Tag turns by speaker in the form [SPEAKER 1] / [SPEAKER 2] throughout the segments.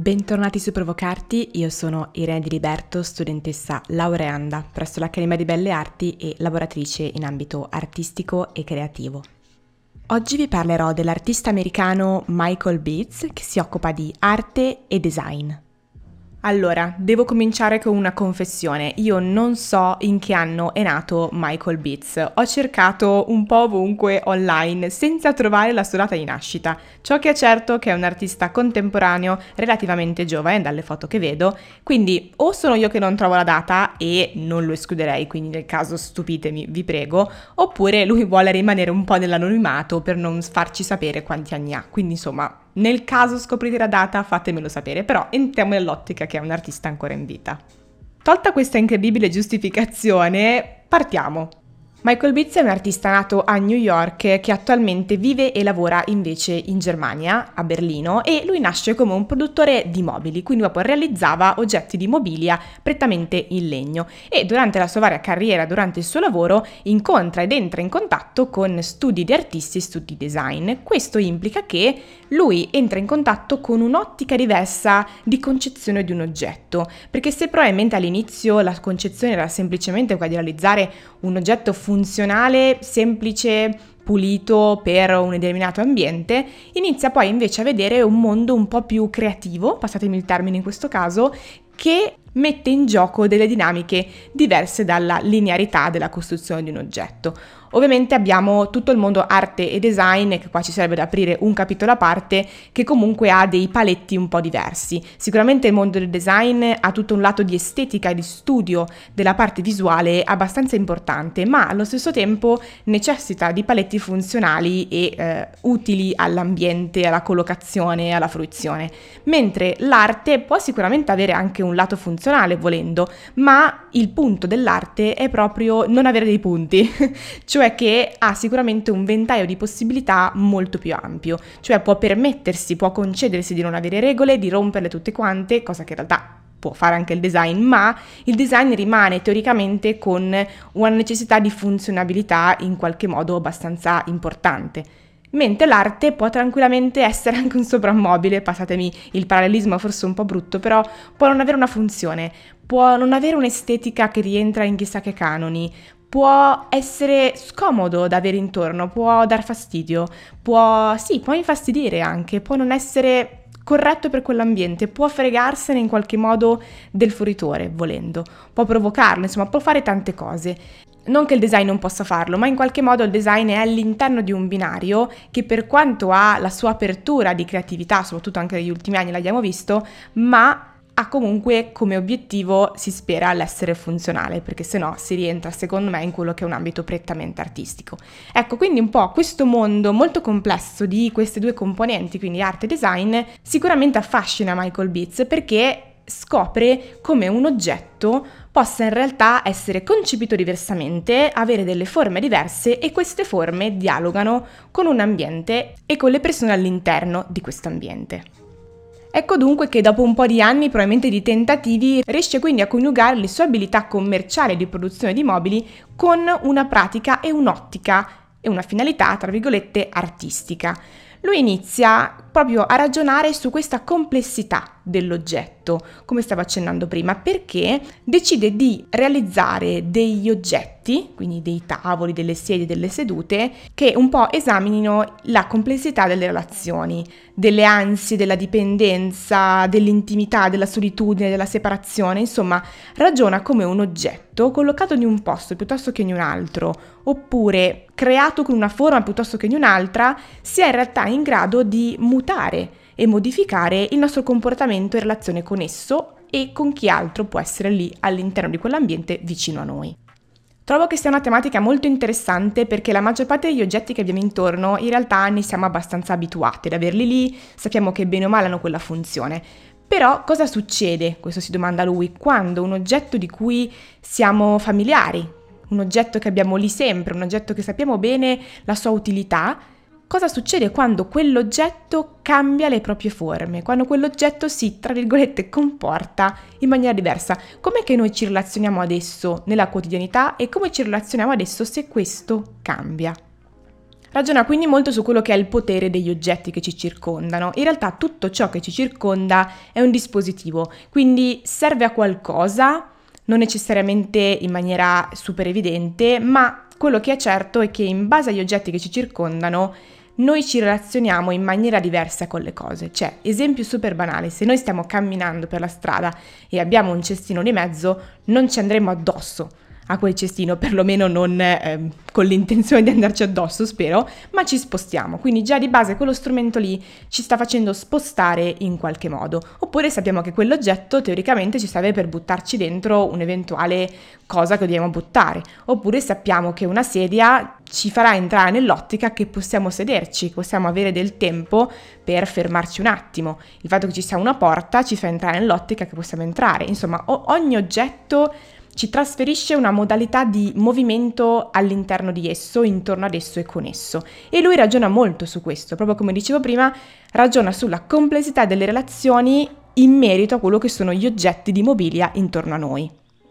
[SPEAKER 1] Bentornati su Provocarti, io sono Irene Di Liberto, studentessa laureanda presso l'Accademia di Belle Arti e lavoratrice in ambito artistico e creativo. Oggi vi parlerò dell'artista americano Michael Beetz, che si occupa di arte e design. Allora, devo cominciare con una confessione. Io non so in che anno è nato Michael Beetz. Ho cercato un po' ovunque online senza trovare la sua data di nascita. Ciò che è certo è che è un artista contemporaneo relativamente giovane dalle foto che vedo, quindi o sono io che non trovo la data e non lo escluderei, quindi nel caso stupitemi, vi prego, oppure lui vuole rimanere un po' nell'anonimato per non farci sapere quanti anni ha. Quindi insomma, nel caso scoprite la data fatemelo sapere, però entriamo nell'ottica che è un artista ancora in vita. Tolta questa incredibile giustificazione, partiamo! Michael Beetz è un artista nato a New York che attualmente vive e lavora invece in Germania, a Berlino, e lui nasce come un produttore di mobili, quindi dopo realizzava oggetti di mobilia prettamente in legno e durante la sua varia carriera, durante il suo lavoro, incontra ed entra in contatto con studi di artisti e studi di design. Questo implica che lui entra in contatto con un'ottica diversa di concezione di un oggetto, perché se probabilmente all'inizio la concezione era semplicemente quella di realizzare un oggetto funzionale, semplice, pulito per un determinato ambiente, inizia poi invece a vedere un mondo un po' più creativo, passatemi il termine in questo caso, che mette in gioco delle dinamiche diverse dalla linearità della costruzione di un oggetto. Ovviamente abbiamo tutto il mondo arte e design, che qua ci sarebbe da aprire un capitolo a parte, che comunque ha dei paletti un po' diversi. Sicuramente il mondo del design ha tutto un lato di estetica e di studio della parte visuale abbastanza importante, ma allo stesso tempo necessita di paletti funzionali e utili all'ambiente, alla collocazione, alla fruizione. Mentre l'arte può sicuramente avere anche un lato funzionale volendo, ma il punto dell'arte è proprio non avere dei punti, cioè che ha sicuramente un ventaglio di possibilità molto più ampio, cioè può permettersi, può concedersi di non avere regole, di romperle tutte quante, cosa che in realtà può fare anche il design, ma il design rimane teoricamente con una necessità di funzionabilità in qualche modo abbastanza importante. Mentre l'arte può tranquillamente essere anche un soprammobile, passatemi il parallelismo forse un po' brutto, però può non avere una funzione, può non avere un'estetica che rientra in chissà che canoni, può essere scomodo da avere intorno, può dar fastidio, può infastidire anche, può non essere corretto per quell'ambiente, può fregarsene in qualche modo del fruitore, volendo, può provocarlo, insomma, può fare tante cose. Non che il design non possa farlo, ma in qualche modo il design è all'interno di un binario che per quanto ha la sua apertura di creatività, soprattutto anche negli ultimi anni l'abbiamo visto, ma ha comunque come obiettivo, si spera, l'essere funzionale, perché sennò si rientra secondo me in quello che è un ambito prettamente artistico. Ecco, quindi un po' questo mondo molto complesso di queste due componenti, quindi arte e design, sicuramente affascina Michael Beetz perché scopre come un oggetto possa in realtà essere concepito diversamente, avere delle forme diverse e queste forme dialogano con un ambiente e con le persone all'interno di questo ambiente. Ecco dunque che dopo un po' di anni, probabilmente di tentativi, riesce quindi a coniugare le sue abilità commerciali di produzione di mobili con una pratica e un'ottica e una finalità, tra virgolette, artistica. Lui inizia proprio a ragionare su questa complessità dell'oggetto, come stavo accennando prima, perché decide di realizzare degli oggetti, quindi dei tavoli, delle sedie, delle sedute, che un po' esaminino la complessità delle relazioni, delle ansie, della dipendenza, dell'intimità, della solitudine, della separazione, insomma, ragiona come un oggetto collocato in un posto piuttosto che in un altro, oppure creato con una forma piuttosto che in un'altra, sia in realtà in grado di mutare e modificare il nostro comportamento in relazione con esso e con chi altro può essere lì all'interno di quell'ambiente vicino a noi. Trovo che sia una tematica molto interessante perché la maggior parte degli oggetti che abbiamo intorno in realtà ne siamo abbastanza abituati ad averli lì, sappiamo che bene o male hanno quella funzione. Però cosa succede, questo si domanda lui, quando un oggetto di cui siamo familiari, un oggetto che abbiamo lì sempre, un oggetto che sappiamo bene la sua utilità, cosa succede quando quell'oggetto cambia le proprie forme, quando quell'oggetto si, tra virgolette, comporta in maniera diversa? Com'è che noi ci relazioniamo adesso nella quotidianità e come ci relazioniamo adesso se questo cambia? Ragiona quindi molto su quello che è il potere degli oggetti che ci circondano. In realtà tutto ciò che ci circonda è un dispositivo, quindi serve a qualcosa, non necessariamente in maniera super evidente, ma quello che è certo è che in base agli oggetti che ci circondano noi ci relazioniamo in maniera diversa con le cose. Cioè, esempio super banale, se noi stiamo camminando per la strada e abbiamo un cestino di mezzo, non ci andremo addosso a quel cestino, perlomeno non con l'intenzione di andarci addosso, spero, ma ci spostiamo. Quindi già di base quello strumento lì ci sta facendo spostare in qualche modo. Oppure sappiamo che quell'oggetto teoricamente ci serve per buttarci dentro un'eventuale cosa che dobbiamo buttare. Oppure sappiamo che una sedia ci farà entrare nell'ottica che possiamo sederci, possiamo avere del tempo per fermarci un attimo. Il fatto che ci sia una porta ci fa entrare nell'ottica che possiamo entrare. Insomma, ogni oggetto ci trasferisce una modalità di movimento all'interno di esso, intorno ad esso e con esso. E lui ragiona molto su questo, proprio come dicevo prima, ragiona sulla complessità delle relazioni in merito a quello che sono gli oggetti di mobilia intorno a noi.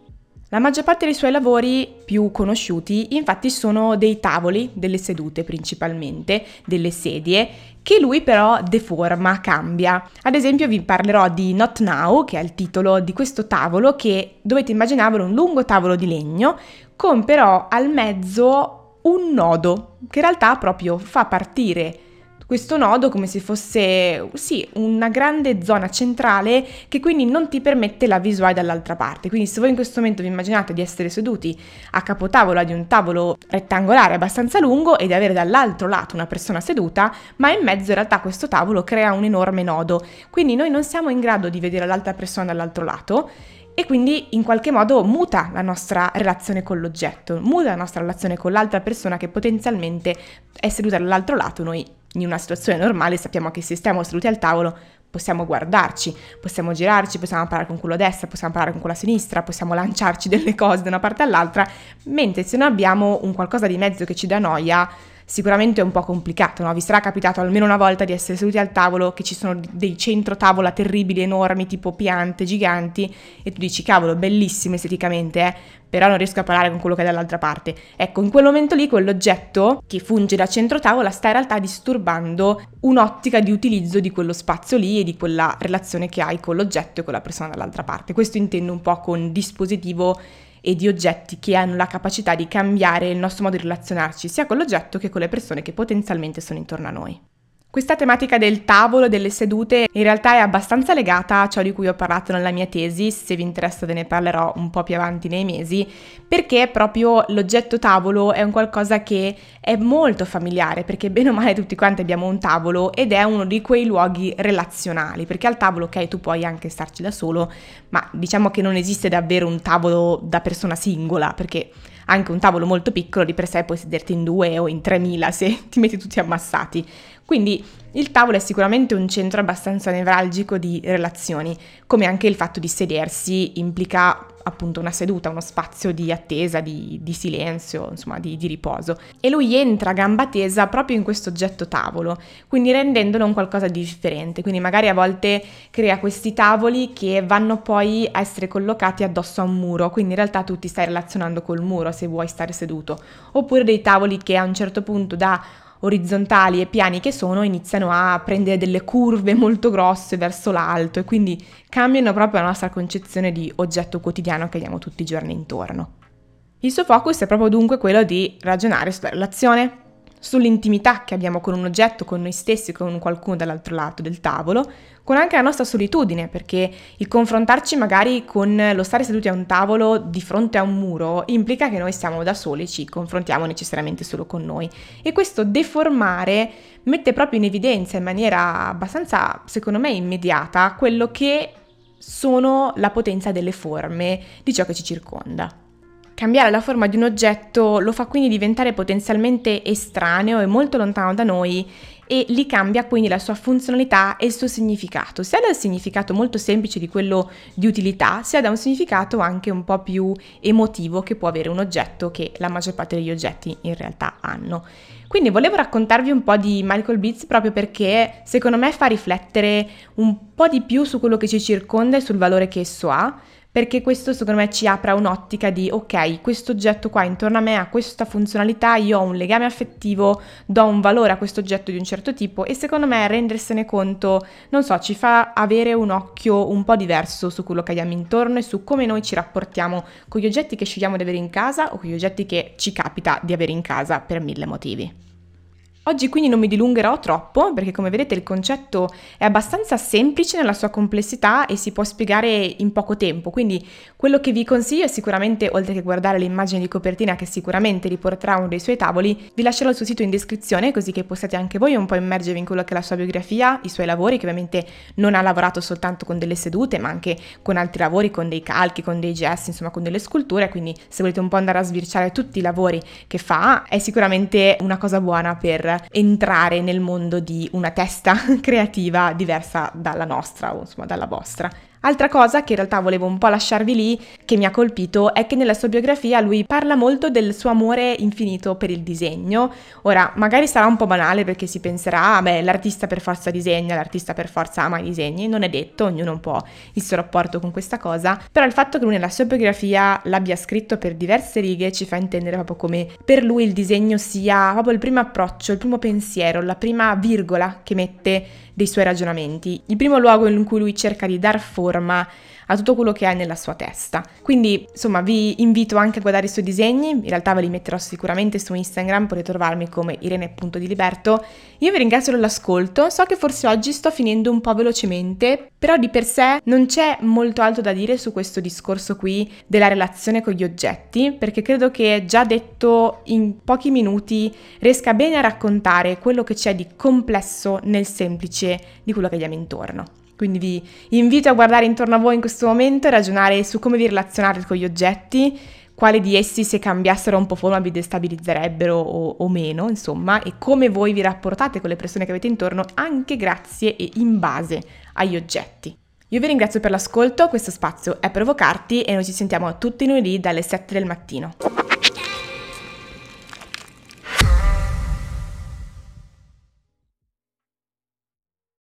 [SPEAKER 1] La maggior parte dei suoi lavori più conosciuti infatti sono dei tavoli, delle sedute principalmente, delle sedie, che lui però deforma, cambia. Ad esempio vi parlerò di Not Now, che è il titolo di questo tavolo, che dovete immaginarvelo un lungo tavolo di legno, con però al mezzo un nodo, che in realtà proprio fa partire questo nodo come se fosse, sì, una grande zona centrale che quindi non ti permette la visuale dall'altra parte. Quindi se voi in questo momento vi immaginate di essere seduti a capotavola di un tavolo rettangolare abbastanza lungo e di avere dall'altro lato una persona seduta, ma in mezzo in realtà questo tavolo crea un enorme nodo. Quindi noi non siamo in grado di vedere l'altra persona dall'altro lato, e quindi in qualche modo muta la nostra relazione con l'oggetto, muta la nostra relazione con l'altra persona che potenzialmente è seduta dall'altro lato. Noi in una situazione normale sappiamo che se stiamo seduti al tavolo possiamo guardarci, possiamo girarci, possiamo parlare con quello a destra, possiamo parlare con quello a sinistra, possiamo lanciarci delle cose da una parte all'altra, mentre se noi abbiamo un qualcosa di mezzo che ci dà noia, sicuramente è un po' complicato, no? Vi sarà capitato almeno una volta di essere seduti al tavolo che ci sono dei centro tavola terribili, enormi, tipo piante giganti, e tu dici cavolo, bellissime esteticamente, però non riesco a parlare con quello che è dall'altra parte. Ecco, in quel momento lì quell'oggetto che funge da centro tavola sta in realtà disturbando un'ottica di utilizzo di quello spazio lì e di quella relazione che hai con l'oggetto e con la persona dall'altra parte. Questo intendo un po' con dispositivo e di oggetti che hanno la capacità di cambiare il nostro modo di relazionarci sia con l'oggetto che con le persone che potenzialmente sono intorno a noi. Questa tematica del tavolo e delle sedute in realtà è abbastanza legata a ciò di cui ho parlato nella mia tesi, se vi interessa ve ne parlerò un po' più avanti nei mesi, perché proprio l'oggetto tavolo è un qualcosa che è molto familiare, perché bene o male tutti quanti abbiamo un tavolo ed è uno di quei luoghi relazionali, perché al tavolo, ok, tu puoi anche starci da solo, ma diciamo che non esiste davvero un tavolo da persona singola, perché anche un tavolo molto piccolo di per sé puoi sederti in 2 o in 3000 se ti metti tutti ammassati. Quindi il tavolo è sicuramente un centro abbastanza nevralgico di relazioni, come anche il fatto di sedersi implica appunto una seduta, uno spazio di attesa, di silenzio, insomma di riposo. E lui entra a gamba tesa proprio in questo oggetto tavolo, quindi rendendolo un qualcosa di differente. Quindi magari a volte crea questi tavoli che vanno poi a essere collocati addosso a un muro, quindi in realtà tu ti stai relazionando col muro se vuoi stare seduto. Oppure dei tavoli che a un certo punto da orizzontali e piani che sono iniziano a prendere delle curve molto grosse verso l'alto e quindi cambiano proprio la nostra concezione di oggetto quotidiano che abbiamo tutti i giorni intorno. Il suo focus è proprio dunque quello di ragionare sulla relazione, sull'intimità che abbiamo con un oggetto, con noi stessi, con qualcuno dall'altro lato del tavolo, con anche la nostra solitudine, perché il confrontarci magari con lo stare seduti a un tavolo di fronte a un muro implica che noi siamo da soli, ci confrontiamo necessariamente solo con noi. E questo deformare mette proprio in evidenza in maniera abbastanza, secondo me, immediata quello che sono la potenza delle forme di ciò che ci circonda. Cambiare la forma di un oggetto lo fa quindi diventare potenzialmente estraneo e molto lontano da noi e li cambia quindi la sua funzionalità e il suo significato, sia dal significato molto semplice di quello di utilità, sia da un significato anche un po' più emotivo che può avere un oggetto che la maggior parte degli oggetti in realtà hanno. Quindi volevo raccontarvi un po' di Michael Beetz proprio perché secondo me fa riflettere un po' di più su quello che ci circonda e sul valore che esso ha, perché questo secondo me ci apre un'ottica di ok, questo oggetto qua intorno a me ha questa funzionalità, io ho un legame affettivo, do un valore a questo oggetto di un certo tipo e secondo me rendersene conto, non so, ci fa avere un occhio un po' diverso su quello che abbiamo intorno e su come noi ci rapportiamo con gli oggetti che scegliamo di avere in casa o con gli oggetti che ci capita di avere in casa per 1000 motivi. Oggi quindi non mi dilungherò troppo perché come vedete il concetto è abbastanza semplice nella sua complessità e si può spiegare in poco tempo, quindi quello che vi consiglio è sicuramente, oltre che guardare l'immagine di copertina che sicuramente riporterà uno dei suoi tavoli, vi lascerò il suo sito in descrizione così che possiate anche voi un po' immergervi in quello che è la sua biografia, i suoi lavori, che ovviamente non ha lavorato soltanto con delle sedute ma anche con altri lavori, con dei calchi, con dei gessi, insomma con delle sculture, quindi se volete un po' andare a sbirciare tutti i lavori che fa è sicuramente una cosa buona per entrare nel mondo di una testa creativa diversa dalla nostra o insomma dalla vostra. Altra cosa che in realtà volevo un po' lasciarvi lì, che mi ha colpito, è che nella sua biografia lui parla molto del suo amore infinito per il disegno. Ora, magari sarà un po' banale perché si penserà, beh, l'artista per forza disegna, l'artista per forza ama i disegni, non è detto, ognuno ha un po' il suo rapporto con questa cosa, però il fatto che lui nella sua biografia l'abbia scritto per diverse righe ci fa intendere proprio come per lui il disegno sia proprio il primo approccio, il primo pensiero, la prima virgola che mette dei suoi ragionamenti, il primo luogo in cui lui cerca di dar forma a tutto quello che è nella sua testa. Quindi, insomma, vi invito anche a guardare i suoi disegni, in realtà ve li metterò sicuramente su Instagram, potete trovarmi come Irene.Diliberto. Io vi ringrazio dell'ascolto, so che forse oggi sto finendo un po' velocemente, però di per sé non c'è molto altro da dire su questo discorso qui della relazione con gli oggetti, perché credo che già detto in pochi minuti riesca bene a raccontare quello che c'è di complesso nel semplice di quello che abbiamo intorno. Quindi vi invito a guardare intorno a voi in questo momento e ragionare su come vi relazionate con gli oggetti, quali di essi se cambiassero un po' forma vi destabilizzerebbero o meno, insomma, e come voi vi rapportate con le persone che avete intorno anche grazie e in base agli oggetti. Io vi ringrazio per l'ascolto, questo spazio è Provocarti e noi ci sentiamo tutti lunedì dalle 7 del mattino.